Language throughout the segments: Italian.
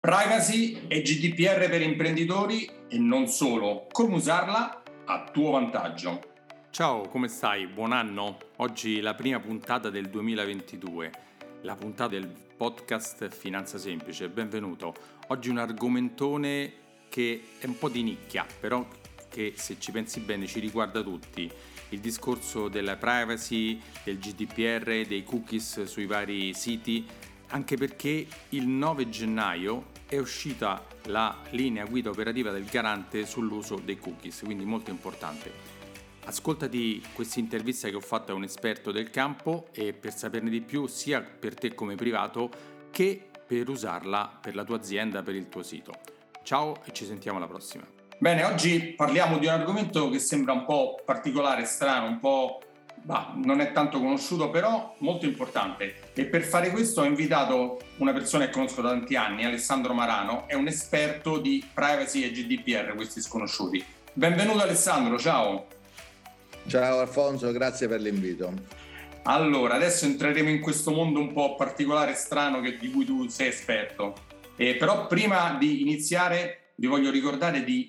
Privacy e GDPR per imprenditori e non solo. Come usarla a tuo vantaggio. Ciao, come stai? Buon anno! Oggi la prima puntata del 2022, la puntata del podcast Finanza Semplice. Benvenuto. Oggi un argomentone che è un po' di nicchia, però che se ci pensi bene ci riguarda tutti. Il discorso della privacy, del GDPR, dei cookies sui vari siti, anche perché il 9 gennaio è uscita la linea guida operativa del Garante sull'uso dei cookies, quindi molto importante. Ascoltati questa intervista che ho fatto a un esperto del campo e per saperne di più sia per te come privato che per usarla per la tua azienda, per il tuo sito. Ciao e ci sentiamo alla prossima. Bene, oggi parliamo di un argomento che sembra un po' particolare, strano, un po'... non è tanto conosciuto, però molto importante. E per fare questo ho invitato una persona che conosco da tanti anni, Alessandro Marano, è un esperto di privacy e GDPR, questi sconosciuti. Benvenuto Alessandro, ciao! Ciao Alfonso, grazie per l'invito. Allora, adesso entreremo in questo mondo un po' particolare e strano di cui tu sei esperto. Però prima di iniziare ti voglio ricordare di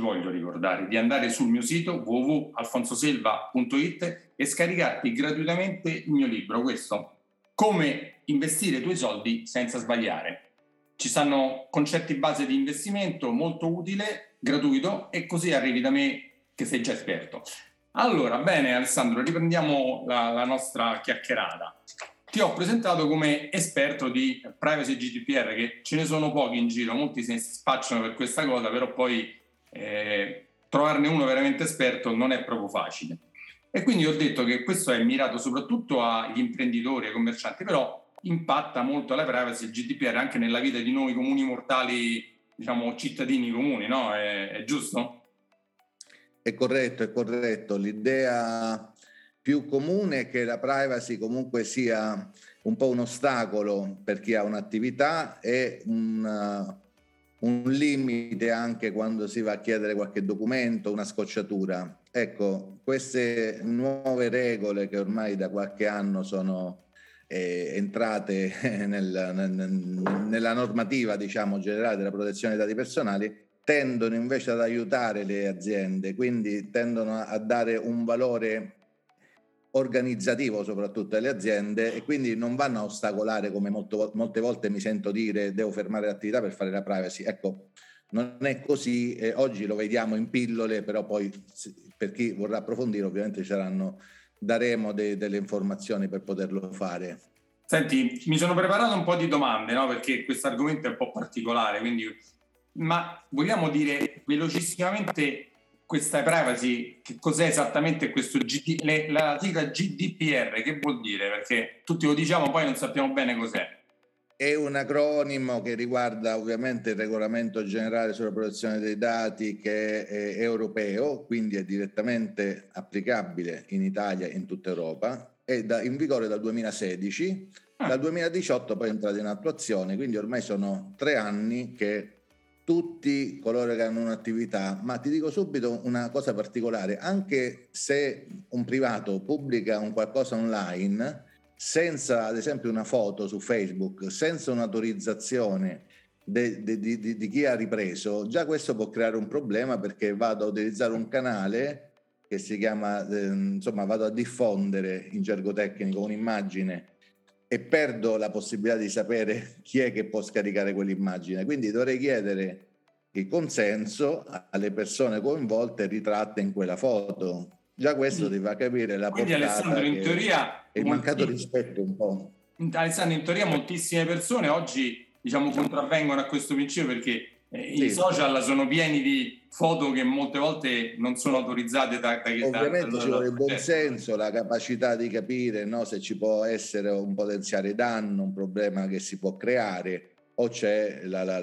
andare sul mio sito www.alfonsoselva.it e scaricarti gratuitamente il mio libro, questo, Come investire i tuoi soldi senza sbagliare. Ci stanno concetti base di investimento molto utile, gratuito, e così arrivi da me che sei già esperto. Allora, bene Alessandro, riprendiamo la nostra chiacchierata. Ti ho presentato come esperto di privacy e GDPR, che ce ne sono pochi in giro, molti se ne spacciano per questa cosa, però poi trovarne uno veramente esperto non è proprio facile. E quindi ho detto che questo è mirato soprattutto agli imprenditori, ai commercianti, però impatta molto la privacy e il GDPR anche nella vita di noi comuni mortali, diciamo cittadini comuni, no? È giusto? È corretto. L'idea più comune è che la privacy comunque sia un po' un ostacolo per chi ha un'attività e un limite anche quando si va a chiedere qualche documento, una scocciatura. Ecco, queste nuove regole che ormai da qualche anno sono entrate nella normativa, diciamo, generale della protezione dei dati personali, tendono invece ad aiutare le aziende, quindi tendono a dare un valore organizzativo soprattutto alle aziende e quindi non vanno a ostacolare, come molte volte mi sento dire, devo fermare l'attività per fare la privacy. Ecco, non è così, oggi lo vediamo in pillole, però poi per chi vorrà approfondire ovviamente daremo delle informazioni per poterlo fare. Senti, mi sono preparato un po' di domande, no? Perché questo argomento è un po' particolare, quindi... Ma vogliamo dire velocissimamente questa privacy, che cos'è esattamente questo la sigla GDPR, che vuol dire? Perché tutti lo diciamo, poi non sappiamo bene cos'è. È un acronimo che riguarda ovviamente il regolamento generale sulla protezione dei dati, che è europeo, quindi è direttamente applicabile in Italia e in tutta Europa, è in vigore dal 2016, dal 2018 poi è entrato in attuazione, quindi ormai sono 3 anni che tutti coloro che hanno un'attività, ma ti dico subito una cosa particolare, anche se un privato pubblica un qualcosa online senza ad esempio una foto su Facebook, senza un'autorizzazione di chi ha ripreso, già questo può creare un problema, perché vado a utilizzare un canale che si chiama, vado a diffondere in gergo tecnico un'immagine e perdo la possibilità di sapere chi è che può scaricare quell'immagine. Quindi dovrei chiedere il consenso alle persone coinvolte ritratte in quella foto. Già questo ti fa capire la portata. Quindi Alessandro, in teoria... è mancato rispetto un po'. Alessandro, in teoria moltissime persone oggi, diciamo, contravvengono a questo principio, perché i social sono pieni di foto che molte volte non sono autorizzate da chi ovviamente ci vuole il buon senso, la capacità di capire, no, se ci può essere un potenziale danno, un problema che si può creare, o c'è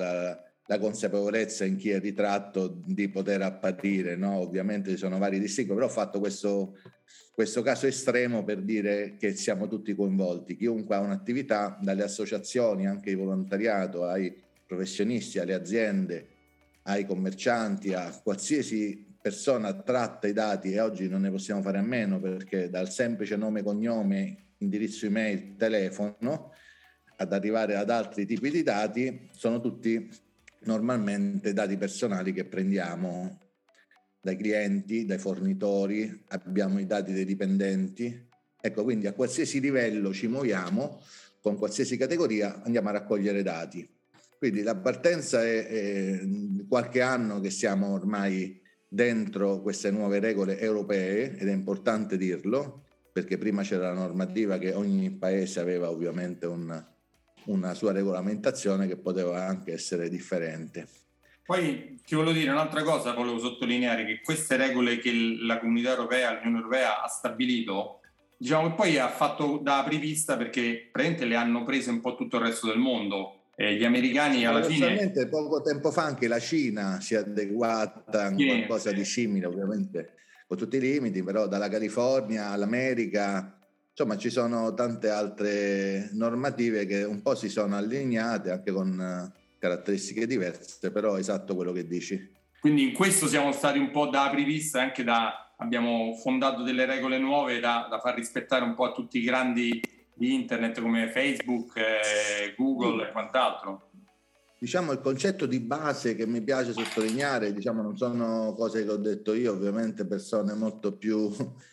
la consapevolezza in chi è ritratto di poter apparire, no? Ovviamente ci sono vari distinguo, però ho fatto questo caso estremo per dire che siamo tutti coinvolti, chiunque ha un'attività, dalle associazioni, anche di volontariato, ai professionisti, alle aziende, ai commercianti, a qualsiasi persona tratta i dati, e oggi non ne possiamo fare a meno, perché dal semplice nome, cognome, indirizzo email, telefono, ad arrivare ad altri tipi di dati, sono tutti normalmente dati personali che prendiamo dai clienti, dai fornitori, abbiamo i dati dei dipendenti. Ecco, quindi a qualsiasi livello ci muoviamo, con qualsiasi categoria andiamo a raccogliere dati. Quindi la partenza è qualche anno che siamo ormai dentro queste nuove regole europee, ed è importante dirlo, perché prima c'era la normativa che ogni paese aveva ovviamente una sua regolamentazione che poteva anche essere differente. Poi ti volevo dire un'altra cosa, volevo sottolineare che queste regole che la Comunità Europea, l'Unione Europea ha stabilito, diciamo che poi ha fatto da apripista, perché praticamente le hanno prese un po' tutto il resto del mondo. Gli americani alla fine... Poco tempo fa anche la Cina si è adeguata a qualcosa di simile, ovviamente con tutti i limiti, però dalla California all'America, insomma ci sono tante altre normative che un po' si sono allineate anche con caratteristiche diverse, però esatto quello che dici. Quindi in questo siamo stati un po' da apripista, anche abbiamo fondato delle regole nuove da far rispettare un po' a tutti i grandi di internet come Facebook, Google e quant'altro. Diciamo il concetto di base che mi piace sottolineare, diciamo non sono cose che ho detto io, ovviamente persone molto più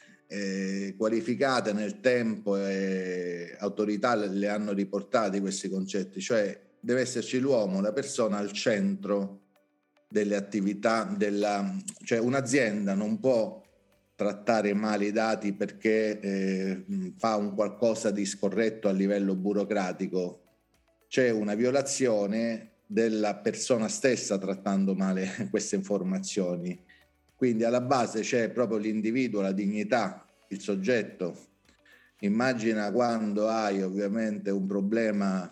qualificate nel tempo e autorità le hanno riportati questi concetti, cioè deve esserci l'uomo, la persona al centro delle attività cioè un'azienda non può trattare male i dati perché fa un qualcosa di scorretto a livello burocratico. C'è una violazione della persona stessa trattando male queste informazioni. Quindi alla base c'è proprio l'individuo, la dignità, il soggetto. Immagina quando hai ovviamente un problema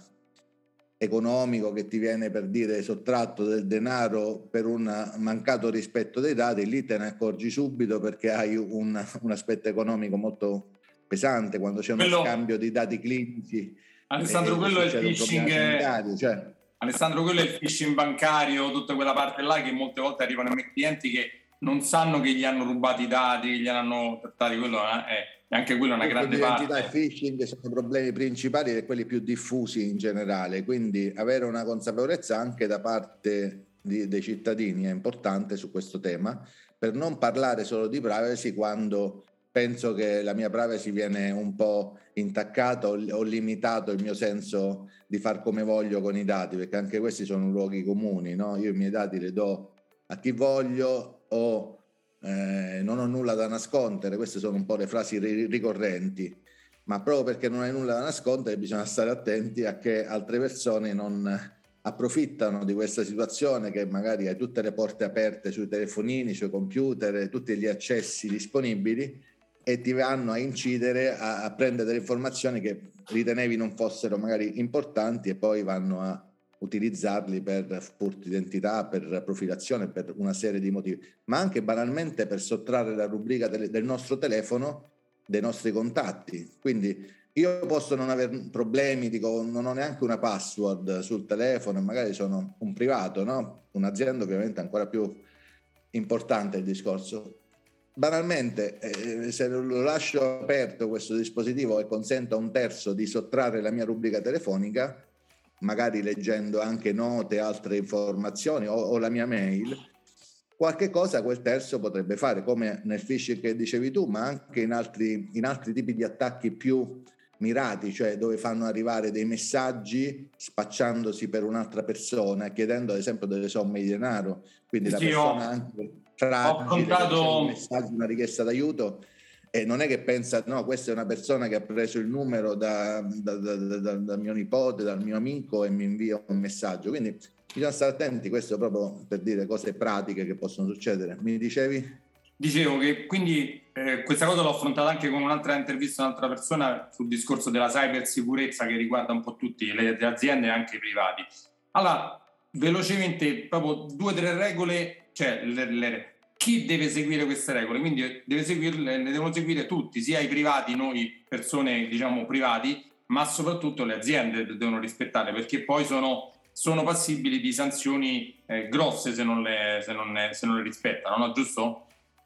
economico che ti viene, per dire, sottratto del denaro per un mancato rispetto dei dati, lì te ne accorgi subito perché hai un aspetto economico molto pesante quando c'è uno scambio di dati clinici. Alessandro, quello è il phishing, cioè. Alessandro, quello è il phishing bancario, tutta quella parte là che molte volte arrivano ai miei clienti che non sanno che gli hanno rubato i dati, che gli hanno trattati, quello è anche quella una grande parte. L'identità e phishing sono i problemi principali e quelli più diffusi in generale, quindi avere una consapevolezza anche da parte dei cittadini è importante su questo tema, per non parlare solo di privacy quando penso che la mia privacy viene un po' intaccata o limitato il mio senso di far come voglio con i dati, perché anche questi sono luoghi comuni, no? Io i miei dati li do a chi voglio o non ho nulla da nascondere. Queste sono un po' le frasi ricorrenti, ma proprio perché non hai nulla da nascondere bisogna stare attenti a che altre persone non approfittano di questa situazione, che magari hai tutte le porte aperte sui telefonini, sui computer, tutti gli accessi disponibili, e ti vanno a incidere, a prendere delle informazioni che ritenevi non fossero magari importanti e poi vanno a utilizzarli per furto d'identità, per profilazione, per una serie di motivi, ma anche banalmente per sottrarre la rubrica del nostro telefono dei nostri contatti. Quindi io posso non avere problemi, dico non ho neanche una password sul telefono e magari sono un privato, no? Un'azienda ovviamente è ancora più importante il discorso. Banalmente, se lo lascio aperto questo dispositivo e consento a un terzo di sottrarre la mia rubrica telefonica, magari leggendo anche note, altre informazioni o la mia mail, qualche cosa quel terzo potrebbe fare, come nel phishing che dicevi tu, ma anche in altri tipi di attacchi più mirati, cioè dove fanno arrivare dei messaggi spacciandosi per un'altra persona, chiedendo ad esempio delle somme di denaro, quindi la persona anche fragile, un messaggio, una richiesta d'aiuto, e non è che pensa, no, questa è una persona che ha preso il numero da mio nipote, dal mio amico, e mi invia un messaggio. Quindi bisogna stare attenti, questo proprio per dire cose pratiche che possono succedere. Mi dicevi? Dicevo che quindi questa cosa l'ho affrontata anche con un'altra intervista a un'altra persona sul discorso della cybersicurezza che riguarda un po' tutte le aziende e anche i privati. Allora, velocemente, proprio 2 o 3 regole, cioè chi deve seguire queste regole? Quindi le devono seguire tutti, sia i privati, noi persone diciamo privati, ma soprattutto le aziende devono rispettare, perché poi sono passibili di sanzioni grosse se non le rispettano, no? Giusto?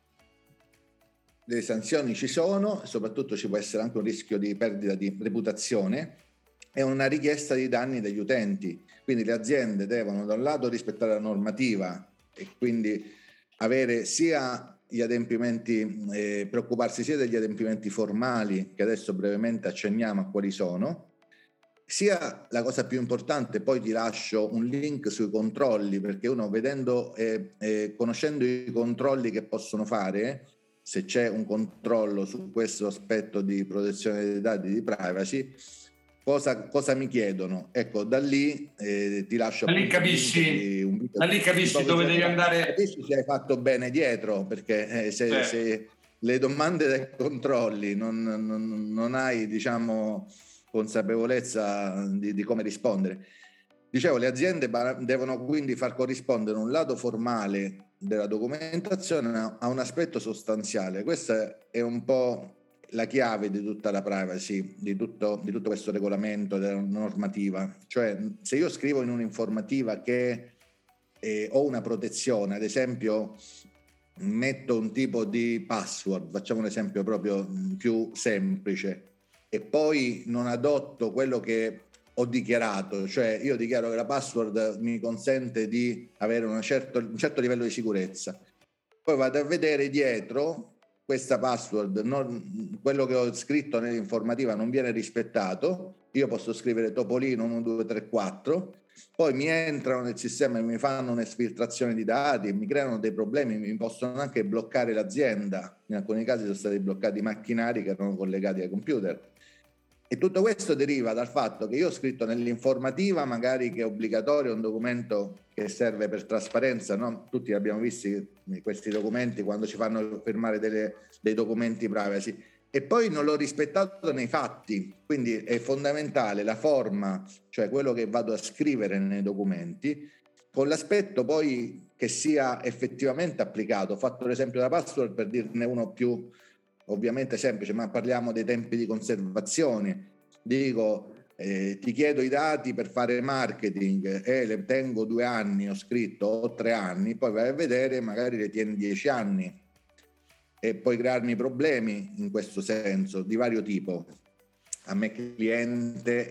Le sanzioni ci sono, soprattutto ci può essere anche un rischio di perdita di reputazione, è una richiesta di danni degli utenti. Quindi le aziende devono da un lato rispettare la normativa e quindi avere sia gli adempimenti, preoccuparsi sia degli adempimenti formali, che adesso brevemente accenniamo a quali sono, sia la cosa più importante. Poi ti lascio un link sui controlli, perché uno vedendo e conoscendo i controlli che possono fare, se c'è un controllo su questo aspetto di protezione dei dati, di privacy, cosa mi chiedono? Ecco, da lì ti lascio da lì capisci, da lì capisci dove devi andare, capisci se hai fatto bene dietro, perché se le domande dei controlli non hai, diciamo, consapevolezza di come rispondere. Dicevo, le aziende devono quindi far corrispondere un lato formale della documentazione a un aspetto sostanziale. Questa è un po' la chiave di tutta la privacy, di tutto questo regolamento della normativa. Cioè, se io scrivo in un'informativa che ho una protezione, ad esempio metto un tipo di password, facciamo un esempio proprio più semplice, e poi non adotto quello che ho dichiarato, cioè io dichiaro che la password mi consente di avere un certo livello di sicurezza, poi vado a vedere dietro questa password, quello che ho scritto nell'informativa non viene rispettato, io posso scrivere Topolino 1, 2, 3, 4, poi mi entrano nel sistema e mi fanno un'esfiltrazione di dati e mi creano dei problemi, mi possono anche bloccare l'azienda. In alcuni casi sono stati bloccati i macchinari che erano collegati ai computer. E tutto questo deriva dal fatto che io ho scritto nell'informativa, magari che è obbligatorio, un documento che serve per trasparenza, no? Tutti abbiamo visto questi documenti quando ci fanno firmare dei documenti privacy, e poi non l'ho rispettato nei fatti. Quindi è fondamentale la forma, cioè quello che vado a scrivere nei documenti, con l'aspetto poi che sia effettivamente applicato. Ho fatto l'esempio della password per dirne uno più ovviamente semplice, ma parliamo dei tempi di conservazione. Dico, ti chiedo i dati per fare marketing e le tengo 2 anni, ho scritto, o 3 anni, poi vai a vedere, magari le tieni 10 anni e puoi crearmi problemi in questo senso di vario tipo a me cliente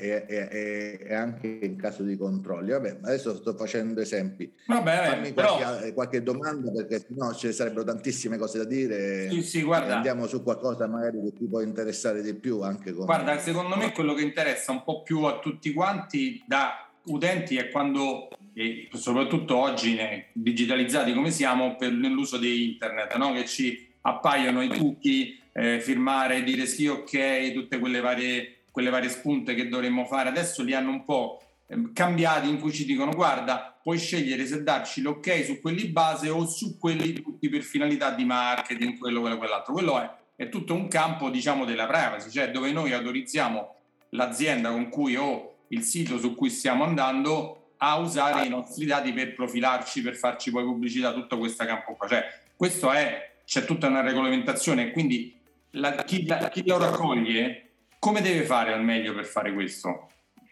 e anche in caso di controlli. Vabbè, adesso sto facendo esempi. Fammi qualche domanda, perché sennò ci sarebbero tantissime cose da dire. Sì, guarda, andiamo su qualcosa magari che ti può interessare di più anche con... Guarda, secondo me quello che interessa un po' più a tutti quanti da utenti è quando, soprattutto oggi digitalizzati come siamo, nell'uso di internet, no? Che ci appaiono i cookie, firmare, dire sì, ok, tutte quelle varie spunte che dovremmo fare. Adesso li hanno un po' cambiati, in cui ci dicono: guarda, puoi scegliere se darci l'ok su quelli base o su quelli tutti per finalità di marketing, quello, quell'altro. Quello è tutto un campo, diciamo, della privacy, cioè dove noi autorizziamo l'azienda con cui o il sito su cui stiamo andando a usare i nostri dati per profilarci, per farci poi pubblicità, tutto questo campo qua. Cioè, c'è tutta una regolamentazione, quindi chi lo raccoglie come deve fare al meglio per fare questo?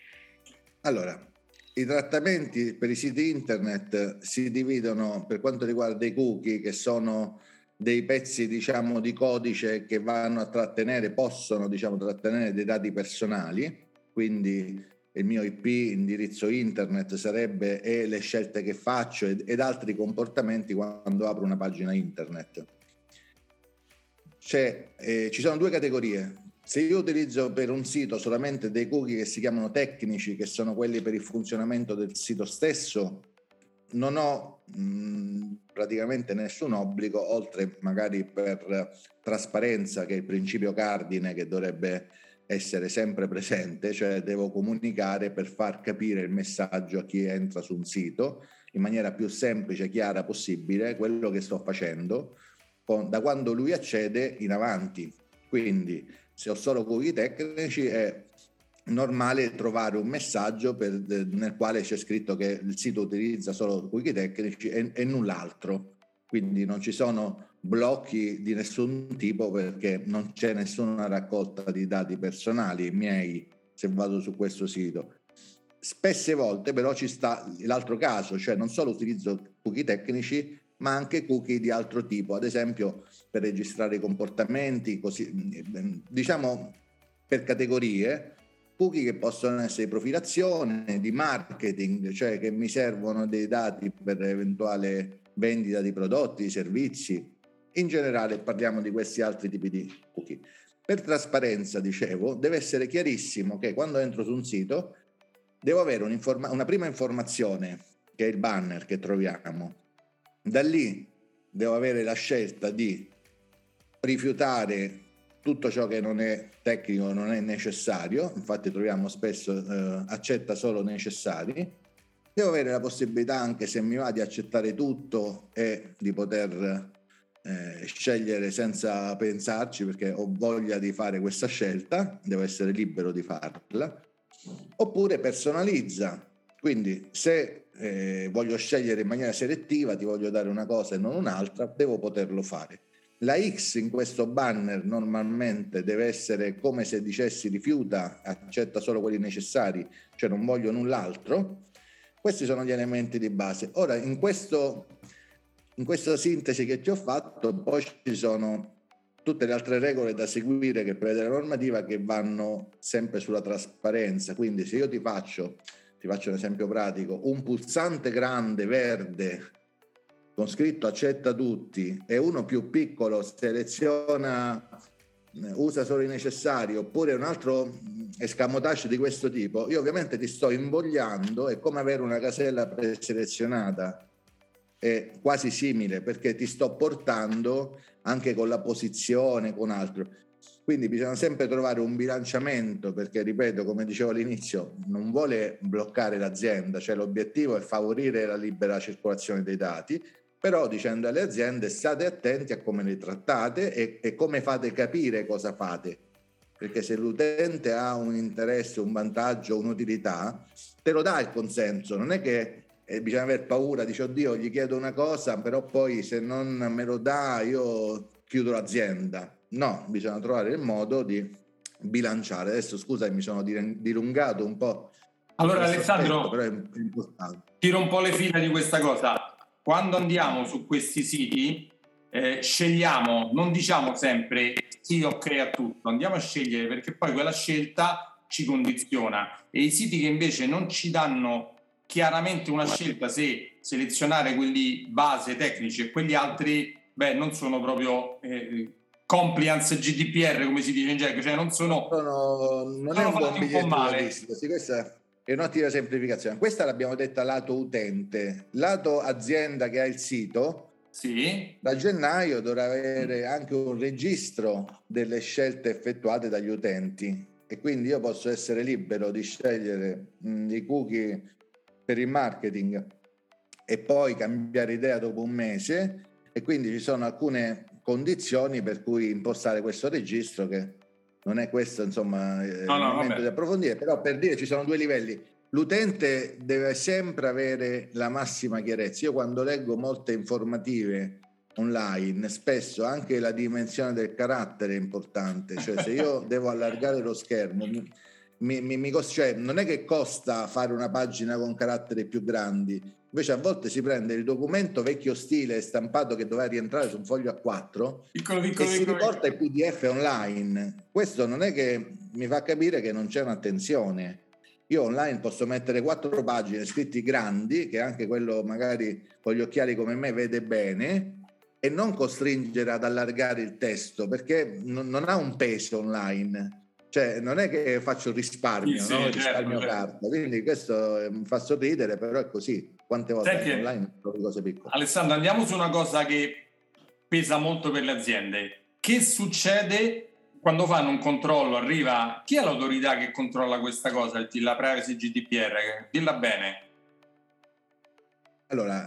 Allora, i trattamenti per i siti internet si dividono, per quanto riguarda i cookie, che sono dei pezzi, diciamo, di codice che vanno a possono, diciamo, trattenere dei dati personali, quindi il mio IP, indirizzo internet sarebbe, e le scelte che faccio ed altri comportamenti quando apro una pagina internet. Ci sono 2 categorie. Se io utilizzo per un sito solamente dei cookie che si chiamano tecnici, che sono quelli per il funzionamento del sito stesso, non ho praticamente nessun obbligo, oltre magari per trasparenza, che è il principio cardine che dovrebbe essere sempre presente, cioè devo comunicare per far capire il messaggio a chi entra su un sito in maniera più semplice e chiara possibile, quello che sto facendo da quando lui accede in avanti. Quindi se ho solo cookie tecnici è normale trovare un messaggio nel quale c'è scritto che il sito utilizza solo cookie tecnici e null'altro, quindi non ci sono blocchi di nessun tipo, perché non c'è nessuna raccolta di dati personali miei se vado su questo sito. Spesse volte però ci sta l'altro caso, cioè non solo utilizzo cookie tecnici ma anche cookie di altro tipo, ad esempio per registrare i comportamenti, così, diciamo per categorie. cookie che possono essere di profilazione, di marketing, cioè che mi servono dei dati per eventuale vendita di prodotti, di servizi. In generale parliamo di questi altri tipi di cookie. Per trasparenza, dicevo, deve essere chiarissimo che quando entro su un sito devo avere una prima informazione, che è il banner che troviamo. Da lì devo avere la scelta di rifiutare tutto ciò che non è tecnico, non è necessario. Infatti troviamo spesso accetta solo necessari. Devo avere la possibilità, anche se mi va, di accettare tutto e di poter scegliere senza pensarci, perché ho voglia di fare questa scelta, devo essere libero di farla. Oppure personalizza, quindi se voglio scegliere in maniera selettiva, ti voglio dare una cosa e non un'altra, devo poterlo fare. La X in questo banner normalmente deve essere come se dicessi rifiuta, accetta solo quelli necessari, cioè non voglio null'altro. Questi sono gli elementi di base. Ora, in questa sintesi che ti ho fatto, poi ci sono tutte le altre regole da seguire che prevede la normativa, che vanno sempre sulla trasparenza. Quindi se io ti faccio un esempio pratico, un pulsante grande verde con scritto accetta tutti e uno più piccolo seleziona usa solo i necessari, oppure un altro escamotage di questo tipo, io ovviamente ti sto invogliando, è come avere una casella preselezionata, è quasi simile, perché ti sto portando anche con la posizione, con altro. Quindi bisogna sempre trovare un bilanciamento, perché ripeto, come dicevo all'inizio, non vuole bloccare l'azienda, cioè l'obiettivo è favorire la libera circolazione dei dati, però dicendo alle aziende state attenti a come le trattate e come fate capire cosa fate, perché se l'utente ha un interesse, un vantaggio, un'utilità, te lo dà il consenso, non è che bisogna aver paura, dice oddio gli chiedo una cosa però poi se non me lo dà io chiudo l'azienda. No, bisogna trovare il modo di bilanciare. Adesso scusa mi sono dilungato un po'. Allora Alessandro, però è importante. tiro un po' le fila di questa cosa. Quando andiamo su questi siti scegliamo, non diciamo sempre sì ok a tutto, andiamo a scegliere, perché poi quella scelta ci condiziona, e i siti che invece non ci danno chiaramente una scelta se selezionare quelli base tecnici e quelli altri, non sono proprio compliance GDPR come si dice in gergo, cioè non è un buon biglietto da male. visita. Sì, questa è un'ottima semplificazione. Questa l'abbiamo detta lato utente. Lato azienda che ha il sito, sì, da gennaio dovrà avere anche un registro delle scelte effettuate dagli utenti, e quindi io posso essere libero di scegliere i cookie per il marketing e poi cambiare idea dopo un mese, e quindi ci sono alcune condizioni per cui impostare questo registro, che non è questo insomma il momento di approfondire, però per dire ci sono due livelli. L'utente deve sempre avere la massima chiarezza. Io quando leggo molte informative online, spesso anche la dimensione del carattere è importante, cioè se io devo allargare lo schermo, cioè, non è che costa fare una pagina con caratteri più grandi, invece a volte si prende il documento vecchio stile stampato che doveva rientrare su un foglio A4 e si riporta il PDF online. Questo non è che mi fa capire che non c'è un'attenzione. Io online posso mettere 4 pagine scritti grandi, che anche quello magari con gli occhiali come me vede bene, e non costringere ad allargare il testo, perché non ha un peso online. Cioè non è che faccio risparmio, sì, no? Certo. Risparmio carta, quindi questo mi fa sorridere, però è così. Quante volte online trovi cose piccole. Alessandro, andiamo su una cosa che pesa molto per le aziende. Che succede quando fanno un controllo? Arriva, chi è l'autorità che controlla questa cosa? La privacy GDPR? Dilla bene. Allora,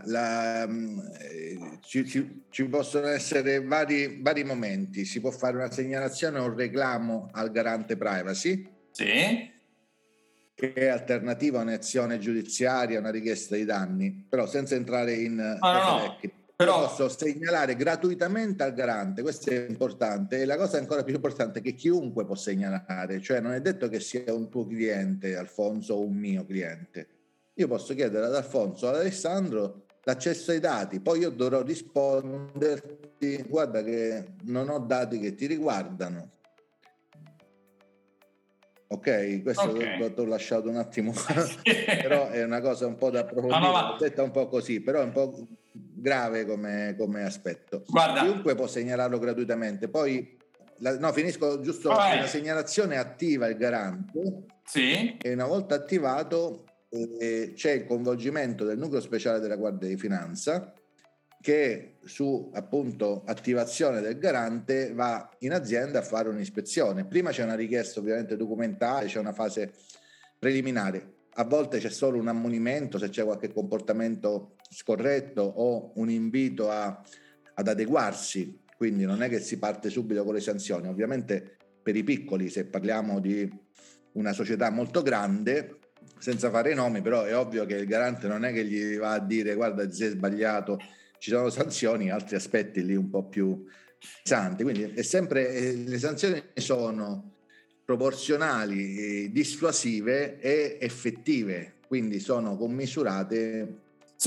ci possono essere vari momenti. Si può fare una segnalazione o un reclamo al garante privacy, sì, che è alternativa a un'azione giudiziaria, una richiesta di danni, però senza entrare in tecniche. Però posso segnalare gratuitamente al garante, questo è importante, e la cosa ancora più importante è che chiunque può segnalare, cioè non è detto che sia un tuo cliente, Alfonso, o un mio cliente. Io posso chiedere ad Alfonso o ad Alessandro l'accesso ai dati, poi io dovrò risponderti: guarda che non ho dati che ti riguardano. ok? Questo t'ho lasciato un attimo, però è una cosa un po' da approfondire, l'ho detta un po' così, però è un po' grave come aspetto. Guarda. Chiunque può segnalarlo gratuitamente, poi finisco giusto. La segnalazione attiva il garante, sì, e una volta attivato c'è il coinvolgimento del nucleo speciale della Guardia di Finanza, che su appunto attivazione del garante va in azienda a fare un'ispezione. Prima c'è una richiesta ovviamente documentale, c'è una fase preliminare, a volte c'è solo un ammonimento se c'è qualche comportamento scorretto o un invito ad adeguarsi, quindi non è che si parte subito con le sanzioni. Ovviamente per i piccoli, se parliamo di una società molto grande, senza fare nomi, però è ovvio che il garante non è che gli va a dire guarda ti sei sbagliato, ci sono sanzioni, altri aspetti lì un po' più pesanti, quindi è sempre, le sanzioni sono proporzionali, dissuasive e effettive, quindi sono commisurate.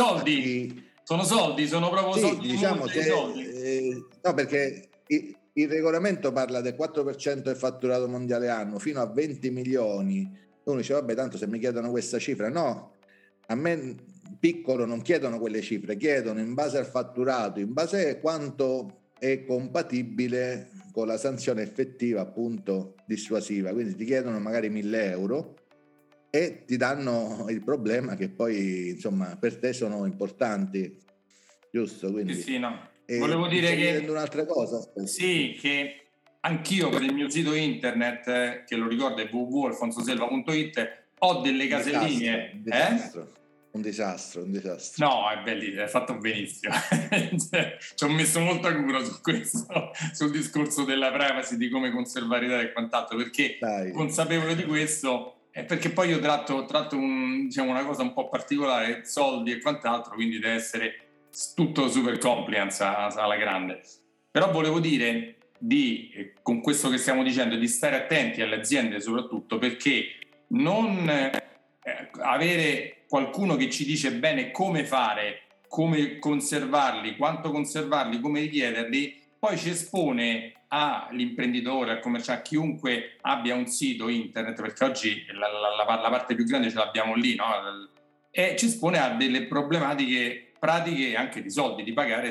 Sono soldi, sono proprio soldi. Diciamo no, perché il regolamento parla del 4% del fatturato mondiale anno fino a 20 milioni. Uno dice vabbè, tanto se mi chiedono questa cifra, no, a me piccolo non chiedono quelle cifre, chiedono in base al fatturato, in base a quanto è compatibile con la sanzione effettiva appunto dissuasiva, quindi ti chiedono magari 1.000 euro e ti danno il problema che poi insomma per te sono importanti, giusto? Quindi sì, no. Volevo dire che un'altra cosa, sì, che anch'io per il mio sito internet, che lo ricordo è www.alfonsoselva.it, ho delle caselline. Un disastro. No, è bellissimo, è fatto benissimo. Ci ho messo molta cura su questo, sul discorso della privacy, di come conservare i dati e quant'altro, perché consapevole di questo, perché poi io tratto una cosa un po' particolare, soldi e quant'altro, quindi deve essere tutto super compliance alla grande. Però volevo dire con questo che stiamo dicendo, di stare attenti alle aziende soprattutto, perché non avere qualcuno che ci dice bene come fare, come conservarli, quanto conservarli, come richiederli, poi ci espone all'imprenditore, al commerciale, a chiunque abbia un sito internet, perché oggi la parte più grande ce l'abbiamo lì, no? E ci espone a delle problematiche pratiche anche di soldi, di pagare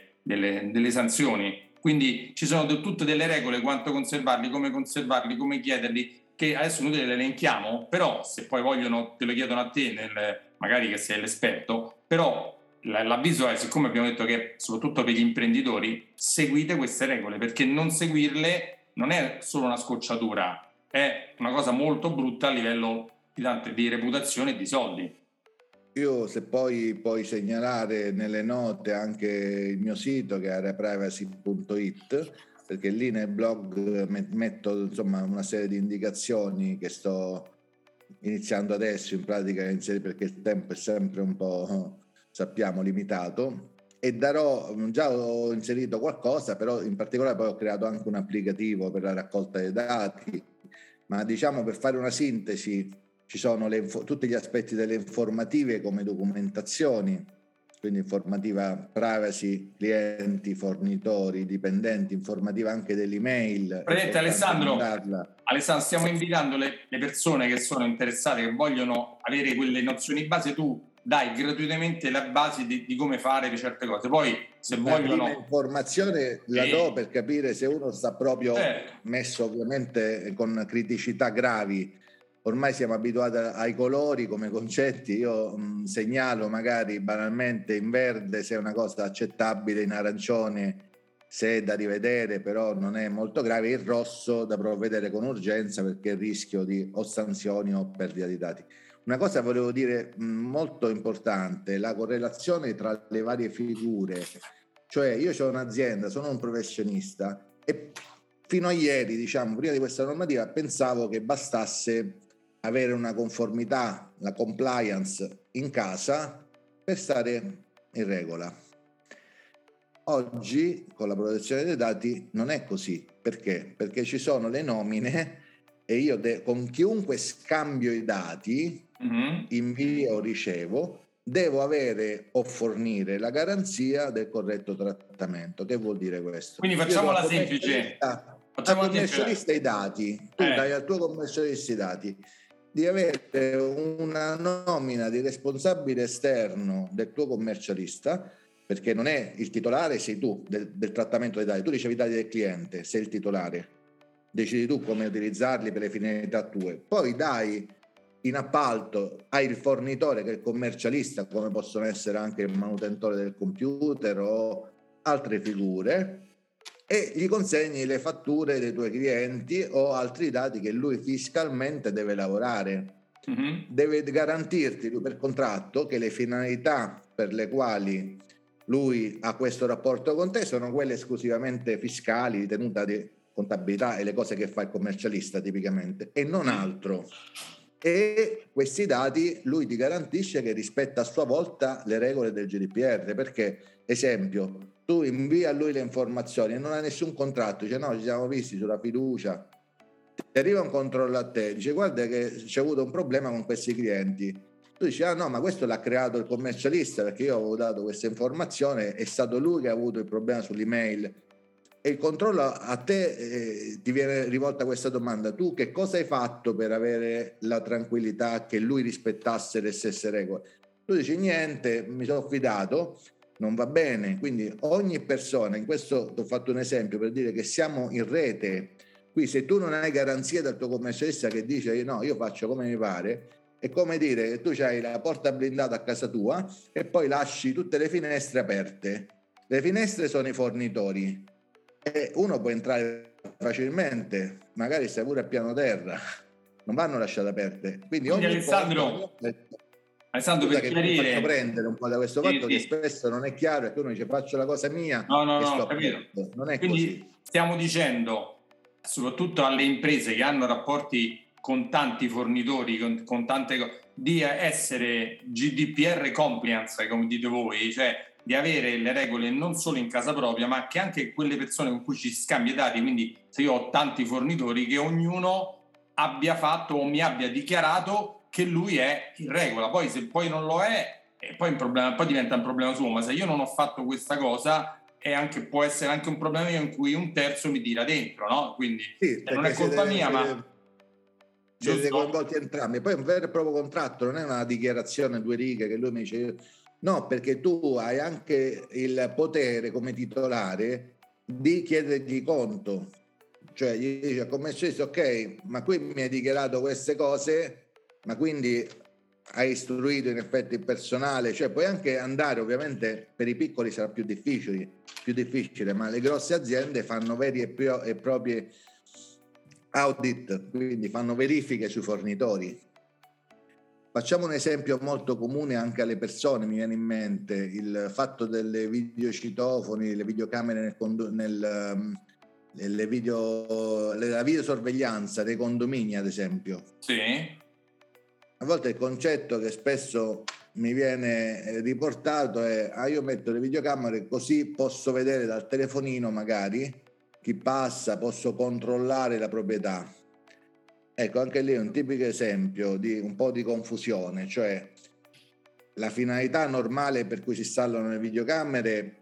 delle sanzioni. Quindi ci sono tutte delle regole, quanto conservarli, come chiederli, che adesso noi le elenchiamo, però se poi vogliono te lo chiedono a te, magari che sei l'esperto, però l'avviso è, siccome abbiamo detto che soprattutto per gli imprenditori, seguite queste regole, perché non seguirle non è solo una scocciatura, è una cosa molto brutta a livello di reputazione e di soldi. Io, se poi puoi segnalare nelle note anche il mio sito, che è areaprivacy.it, perché lì nel blog metto insomma una serie di indicazioni che sto iniziando adesso in pratica a inserire, perché il tempo è sempre un po', sappiamo, limitato, e già ho inserito qualcosa, però in particolare poi ho creato anche un applicativo per la raccolta dei dati, ma diciamo, per fare una sintesi, ci sono tutti gli aspetti delle informative come documentazioni, quindi informativa privacy, clienti, fornitori, dipendenti, informativa anche dell'email. Alessandro, stiamo invitando le persone che sono interessate, che vogliono avere quelle nozioni base. Tu dai gratuitamente la base di come fare certe cose, poi se vogliono informazione la do per capire se uno sta proprio messo, ovviamente con criticità gravi. Ormai siamo abituati ai colori come concetti. Io segnalo magari banalmente in verde se è una cosa accettabile, in arancione se è da rivedere però non è molto grave, il rosso da provvedere con urgenza perché il rischio di o sanzioni o perdita di dati. Una cosa volevo dire molto importante, la correlazione tra le varie figure. Cioè io ho un'azienda, sono un professionista e fino a ieri, diciamo, prima di questa normativa, pensavo che bastasse avere una conformità, la compliance in casa per stare in regola. Oggi con la protezione dei dati non è così. Perché? Perché ci sono le nomine e io con chiunque scambio i dati, invio o ricevo, devo avere o fornire la garanzia del corretto trattamento. Che vuol dire questo? Quindi facciamola semplice. al commercialista i dati, tu dai al tuo commercialista i dati, di avere una nomina di responsabile esterno del tuo commercialista, perché non è il titolare, sei tu del trattamento dei dati, tu ricevi i dati del cliente, sei il titolare, decidi tu come utilizzarli per le finalità tue, poi dai in appalto hai il fornitore che è il commercialista, come possono essere anche il manutentore del computer o altre figure, e gli consegni le fatture dei tuoi clienti o altri dati che lui fiscalmente deve lavorare. Deve garantirti lui per contratto che le finalità per le quali lui ha questo rapporto con te sono quelle esclusivamente fiscali, di tenuta di contabilità e le cose che fa il commercialista tipicamente, e non altro. E questi dati lui ti garantisce che rispetta a sua volta le regole del GDPR, perché, esempio, tu invii a lui le informazioni e non ha nessun contratto, dice no, ci siamo visti sulla fiducia, ti arriva un controllo a te, dice guarda che c'è avuto un problema con questi clienti, tu dici no, ma questo l'ha creato il commercialista perché io avevo dato questa informazione, è stato lui che ha avuto il problema sull'email, e il controllo a te ti viene rivolta questa domanda: tu che cosa hai fatto per avere la tranquillità che lui rispettasse le stesse regole? Tu dici niente, mi sono fidato, non va bene. Quindi ogni persona, in questo ti ho fatto un esempio per dire che siamo in rete, qui se tu non hai garanzia dal tuo commercialista che dice no, io faccio come mi pare, è come dire che tu hai la porta blindata a casa tua e poi lasci tutte le finestre aperte. Le finestre sono i fornitori e uno può entrare facilmente, magari stai pure a piano terra, non vanno lasciate aperte. Quindi ogni Alessandro, per chiarire, faccio prendere un po' da questo fatto che spesso non è chiaro e che uno dice faccio la cosa mia e sto capito. Non è quindi così. Stiamo dicendo soprattutto alle imprese che hanno rapporti con tanti fornitori, con tante cose, di essere GDPR compliance, come dite voi, cioè di avere le regole non solo in casa propria, ma che anche quelle persone con cui ci scambia i dati. Quindi se io ho tanti fornitori, che ognuno abbia fatto o mi abbia dichiarato che lui è in regola. Poi se poi non lo è, poi diventa un problema suo, ma se io non ho fatto questa cosa può essere anche un problema mio in cui un terzo mi tira dentro, no? Quindi non è colpa mia, ma siete coinvolti entrambi. Poi è un vero e proprio contratto, non è una dichiarazione a due righe che lui mi dice no, perché tu hai anche il potere come titolare di chiedergli conto, cioè gli dice al commercialista ok, ma qui mi hai dichiarato queste cose, ma quindi hai istruito in effetti il personale, cioè puoi anche andare, ovviamente per i piccoli sarà più difficile, ma le grosse aziende fanno veri e propri audit, quindi fanno verifiche sui fornitori. Facciamo un esempio molto comune anche alle persone, mi viene in mente il fatto delle videocitofoni, le videocamere la videosorveglianza dei condomini, ad esempio. Sì. A volte il concetto che spesso mi viene riportato è io metto le videocamere così posso vedere dal telefonino magari chi passa, posso controllare la proprietà. Ecco, anche lì è un tipico esempio di un po' di confusione, cioè la finalità normale per cui si installano le videocamere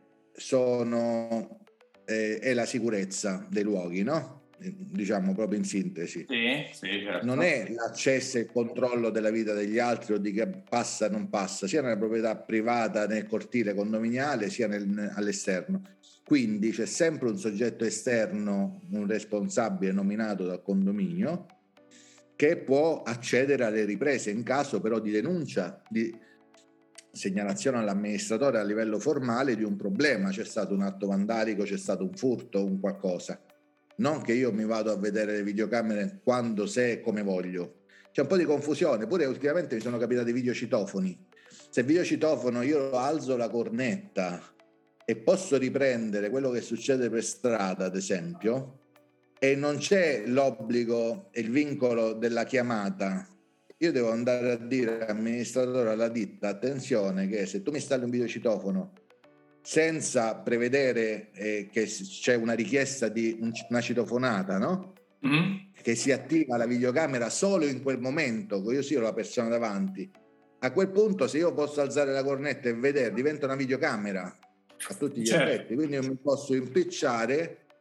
è la sicurezza dei luoghi, no? Diciamo proprio in sintesi. Sì, certo. Non è l'accesso e il controllo della vita degli altri o di chi passa o non passa, sia nella proprietà privata, nel cortile condominiale, sia all'esterno. Quindi c'è sempre un soggetto esterno, un responsabile nominato dal condominio, che può accedere alle riprese in caso però di denuncia, di segnalazione all'amministratore a livello formale di un problema, c'è stato un atto vandalico, c'è stato un furto, un qualcosa. Non che io mi vado a vedere le videocamere quando, se e come voglio. C'è un po' di confusione, pure ultimamente mi sono capitati videocitofoni. Se videocitofono io alzo la cornetta e posso riprendere quello che succede per strada, ad esempio, e non c'è l'obbligo e il vincolo della chiamata, io devo andare a dire all'amministratore, alla ditta, attenzione che se tu mi installi un videocitofono senza prevedere che c'è una richiesta di una citofonata, no? Mm-hmm. Che si attiva la videocamera solo in quel momento, che io sia la persona davanti, a quel punto se io posso alzare la cornetta e vedere, diventa una videocamera a tutti gli effetti, quindi io mi posso impicciare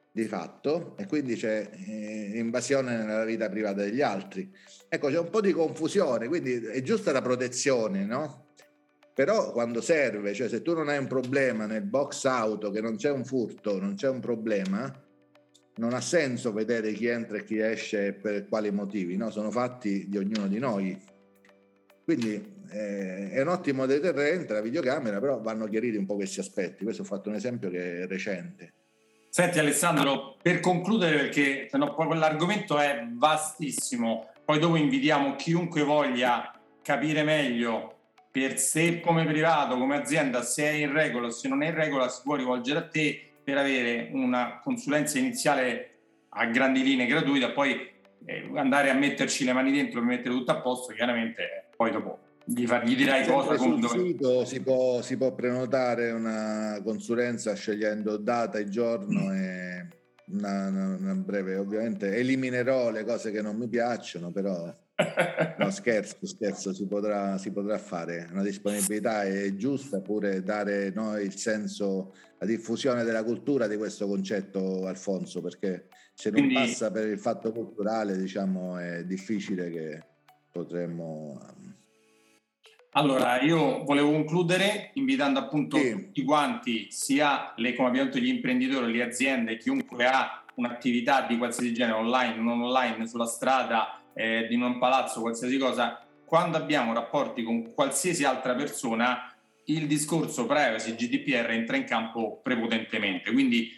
di fatto, e quindi c'è invasione nella vita privata degli altri. Ecco, c'è un po' di confusione, quindi è giusta la protezione, no? Però quando serve, cioè se tu non hai un problema nel box auto, che non c'è un furto, non c'è un problema, non ha senso vedere chi entra e chi esce e per quali motivi, no? Sono fatti di ognuno di noi. Quindi è un ottimo deterrente la videocamera, però vanno chiariti un po' questi aspetti. Questo ho fatto un esempio che è recente. Senti Alessandro, per concludere, perché sennò poi quell'argomento è vastissimo, poi dopo invitiamo chiunque voglia capire meglio per sé come privato, come azienda, se è in regola o se non è in regola, si può rivolgere a te per avere una consulenza iniziale a grandi linee gratuita, poi andare a metterci le mani dentro per mettere tutto a posto, chiaramente poi dopo gli dirai cosa come sul sito si può prenotare una consulenza scegliendo data e giorno e una breve, ovviamente eliminerò le cose che non mi piacciono, però no, scherzo, si potrà fare. Una disponibilità è giusta, pure dare noi il senso, la diffusione della cultura di questo concetto, Alfonso, perché se non passa per il fatto culturale, diciamo, è difficile che potremmo. Allora, io volevo concludere invitando appunto tutti quanti, sia come abbiamo detto gli imprenditori, le aziende, chiunque ha un'attività di qualsiasi genere, online, non online, sulla strada, in un palazzo, qualsiasi cosa, quando abbiamo rapporti con qualsiasi altra persona, il discorso privacy GDPR entra in campo prepotentemente. Quindi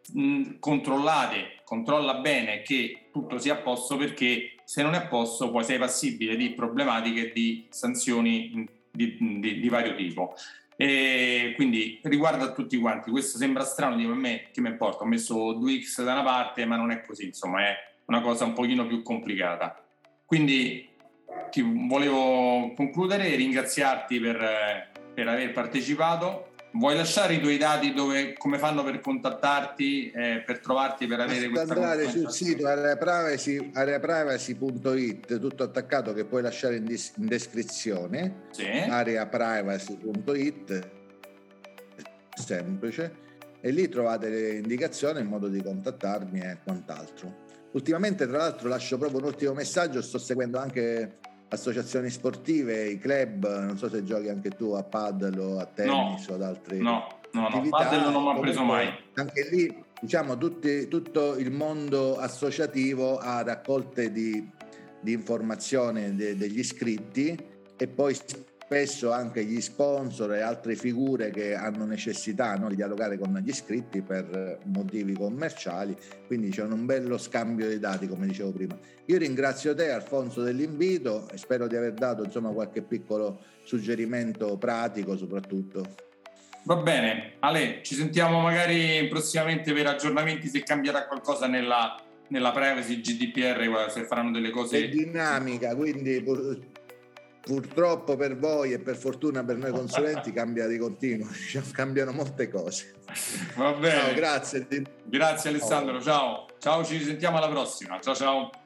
controlla bene che tutto sia a posto, perché se non è a posto poi sei passibile di problematiche, di sanzioni di vario tipo. E quindi riguardo a tutti quanti, questo sembra strano, dico, a me che mi importa, ho messo 2x da una parte, ma non è così, insomma è una cosa un pochino più complicata. Quindi ti volevo concludere e ringraziarti per aver partecipato. Vuoi lasciare i tuoi dati, come fanno per contattarti, per trovarti, per avere questa andare sul sito areaprivacy.it, tutto attaccato, che puoi lasciare in descrizione. Sì. areaprivacy.it, semplice, e lì trovate le indicazioni in modo di contattarmi e quant'altro. Ultimamente, tra l'altro, lascio proprio un ultimo messaggio: sto seguendo anche associazioni sportive, i club, non so se giochi anche tu a paddle o a tennis o ad altre attività. Paddle non mi ha preso mai. Anche lì, diciamo, tutto il mondo associativo ha raccolte di informazioni degli iscritti, e poi spesso anche gli sponsor e altre figure che hanno necessità, no, di dialogare con gli iscritti per motivi commerciali, quindi c'è un bello scambio di dati, come dicevo prima. Io ringrazio te, Alfonso, dell'invito e spero di aver dato, insomma, qualche piccolo suggerimento pratico soprattutto. Va bene, Ale, ci sentiamo magari prossimamente per aggiornamenti, se cambierà qualcosa nella privacy GDPR, se faranno delle cose. È dinamica, quindi purtroppo per voi e per fortuna per noi consulenti cambia di continuo, cambiano molte cose. Va bene. Ciao, grazie. Grazie Alessandro, ciao, ci sentiamo alla prossima, ciao.